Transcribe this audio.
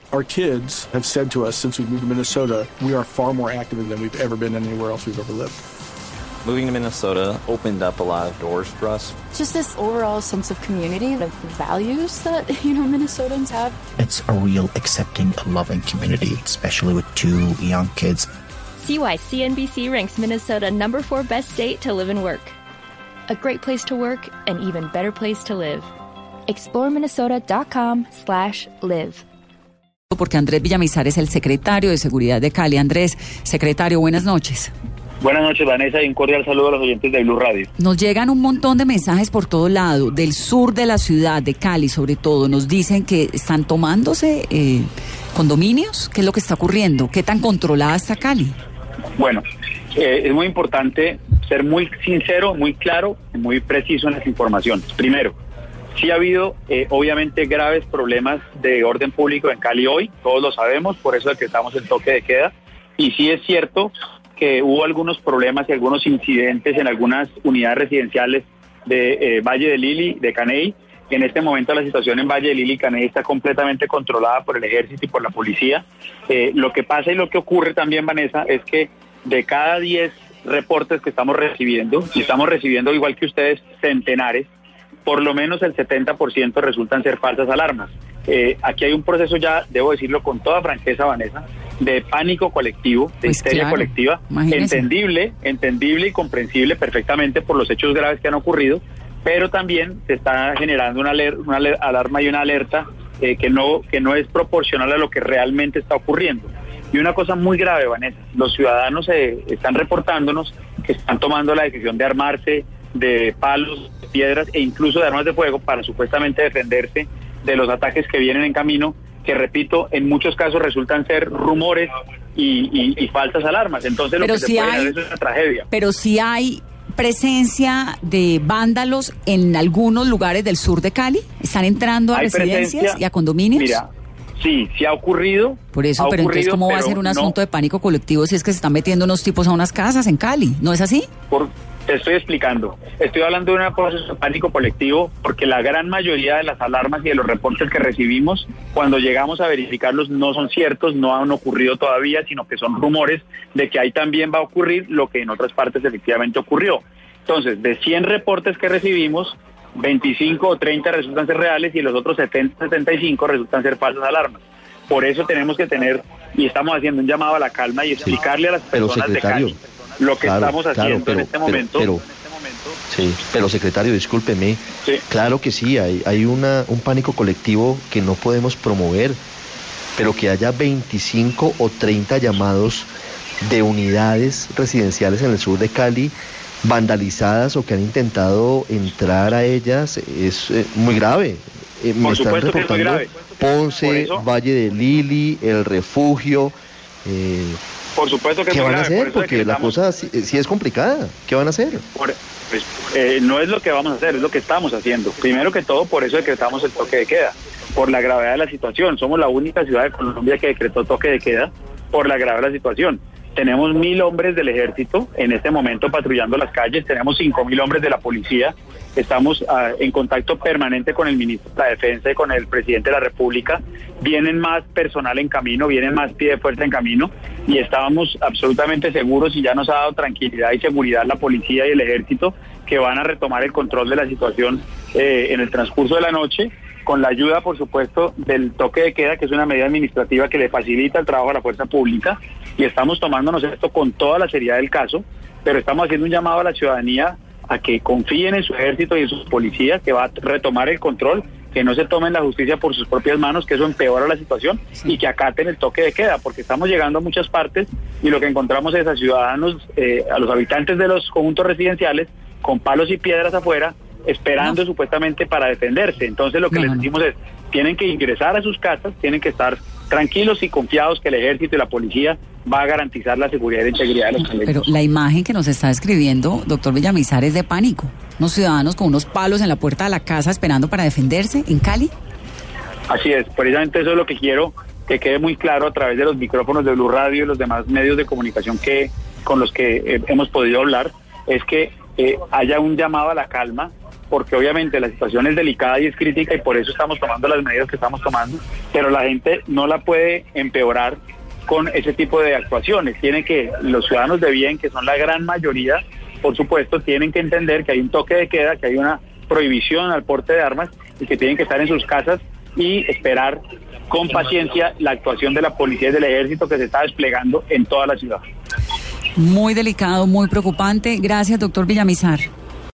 Our kids have said to us since we moved to Minnesota, we are far more active than we've ever been anywhere else we've ever lived. Moving to Minnesota opened up a lot of doors for us. Just this overall sense of community, the values that, Minnesotans have. It's a real accepting, loving community, especially with 2 young kids. See why CNBC ranks Minnesota number 4 best state to live and work. A great place to work, an even better place to live. ExploreMinnesota.com/live. Porque Andrés Villamizar es el secretario de Seguridad de Cali. Andrés, secretario, buenas noches. Buenas noches, Vanessa, y un cordial saludo a los oyentes de Blue Radio. Nos llegan un montón de mensajes por todo lado, del sur de la ciudad, de Cali sobre todo. Nos dicen que están tomándose condominios. ¿Qué es lo que está ocurriendo? ¿Qué tan controlada está Cali? Bueno, es muy importante ser muy sincero, muy claro y muy preciso en las informaciones. Primero, sí ha habido, obviamente, graves problemas de orden público en Cali hoy, todos lo sabemos, por eso decretamos el toque de queda, y sí es cierto que hubo algunos problemas y algunos incidentes en algunas unidades residenciales de Valle de Lili, de Caney. En este momento la situación en Valle de Lili y Caney está completamente controlada por el ejército y por la policía. Lo que pasa y lo que ocurre también, Vanessa, es que de cada 10 reportes que estamos recibiendo, y estamos recibiendo igual que ustedes centenares, por lo menos el 70% resultan ser falsas alarmas. Aquí hay un proceso ya, debo decirlo con toda franqueza, Vanessa, de pánico colectivo, de histeria colectiva, entendible y comprensible perfectamente por los hechos graves que han ocurrido, pero también se está generando una alarma y una alerta que no es proporcional a lo que realmente está ocurriendo. Y una cosa muy grave, Vanessa, los ciudadanos están reportándonos que están tomando la decisión de armarse de palos, de piedras e incluso de armas de fuego para supuestamente defenderse de los ataques que vienen en camino, que repito, en muchos casos resultan ser rumores y falsas alarmas. Entonces lo que se puede generar es una tragedia. Pero sí hay presencia de vándalos en algunos lugares del sur de Cali. ¿Están entrando a residencias y a condominios? Mira, sí ha ocurrido. Por eso, pero entonces ¿cómo va a ser un asunto de pánico colectivo si es que se están metiendo unos tipos a unas casas en Cali? ¿No es así? Te estoy explicando. Estoy hablando de un proceso de pánico colectivo porque la gran mayoría de las alarmas y de los reportes que recibimos, cuando llegamos a verificarlos, no son ciertos, no han ocurrido todavía, sino que son rumores de que ahí también va a ocurrir lo que en otras partes efectivamente ocurrió. Entonces, de 100 reportes que recibimos, 25 o 30 resultan ser reales y los otros 70, 75 resultan ser falsas alarmas. Por eso tenemos que tener, y estamos haciendo un llamado a la calma y explicarle a las personas de Cali lo que estamos haciendo en este momento. Pero secretario, discúlpeme. Sí. Claro que sí, hay un pánico colectivo que no podemos promover, pero que haya 25 o 30 llamados de unidades residenciales en el sur de Cali vandalizadas o que han intentado entrar a ellas es muy grave. Me están reportando Ponce, Valle de Lili, El Refugio. Por supuesto que ¿qué van a hacer? Porque la cosa sí es complicada. ¿Qué van a hacer? No es lo que vamos a hacer, es lo que estamos haciendo. Primero que todo, por eso decretamos el toque de queda, por la gravedad de la situación. Somos la única ciudad de Colombia que decretó toque de queda por la gravedad de la situación. Tenemos 1.000 hombres del ejército en este momento patrullando las calles, tenemos 5.000 hombres de la policía, estamos en contacto permanente con el ministro de la Defensa y con el presidente de la República, vienen más personal en camino, vienen más pie de fuerza en camino y estábamos absolutamente seguros y ya nos ha dado tranquilidad y seguridad la policía y el ejército que van a retomar el control de la situación en el transcurso de la noche, con la ayuda, por supuesto, del toque de queda, que es una medida administrativa que le facilita el trabajo a la fuerza pública, y estamos tomándonos esto con toda la seriedad del caso, pero estamos haciendo un llamado a la ciudadanía a que confíen en su ejército y en sus policías, que va a retomar el control, que no se tomen la justicia por sus propias manos, que eso empeora la situación, y que acaten el toque de queda, porque estamos llegando a muchas partes y lo que encontramos es a ciudadanos, a los habitantes de los conjuntos residenciales, con palos y piedras afuera, esperando supuestamente para defenderse. Entonces lo que les decimos es, tienen que ingresar a sus casas, tienen que estar tranquilos y confiados que el ejército y la policía va a garantizar la seguridad y la integridad de los caleños. Pero la imagen que nos está describiendo, doctor Villamizar, es de pánico. Unos ciudadanos con unos palos en la puerta de la casa esperando para defenderse en Cali. Así es, precisamente eso es lo que quiero que quede muy claro a través de los micrófonos de Blue Radio y los demás medios de comunicación con los que hemos podido hablar, es que haya un llamado a la calma, porque obviamente la situación es delicada y es crítica y por eso estamos tomando las medidas que estamos tomando, pero la gente no la puede empeorar con ese tipo de actuaciones. Los ciudadanos de bien, que son la gran mayoría, por supuesto, tienen que entender que hay un toque de queda, que hay una prohibición al porte de armas y que tienen que estar en sus casas y esperar con paciencia la actuación de la policía y del ejército que se está desplegando en toda la ciudad. Muy delicado, muy preocupante. Gracias, doctor Villamizar.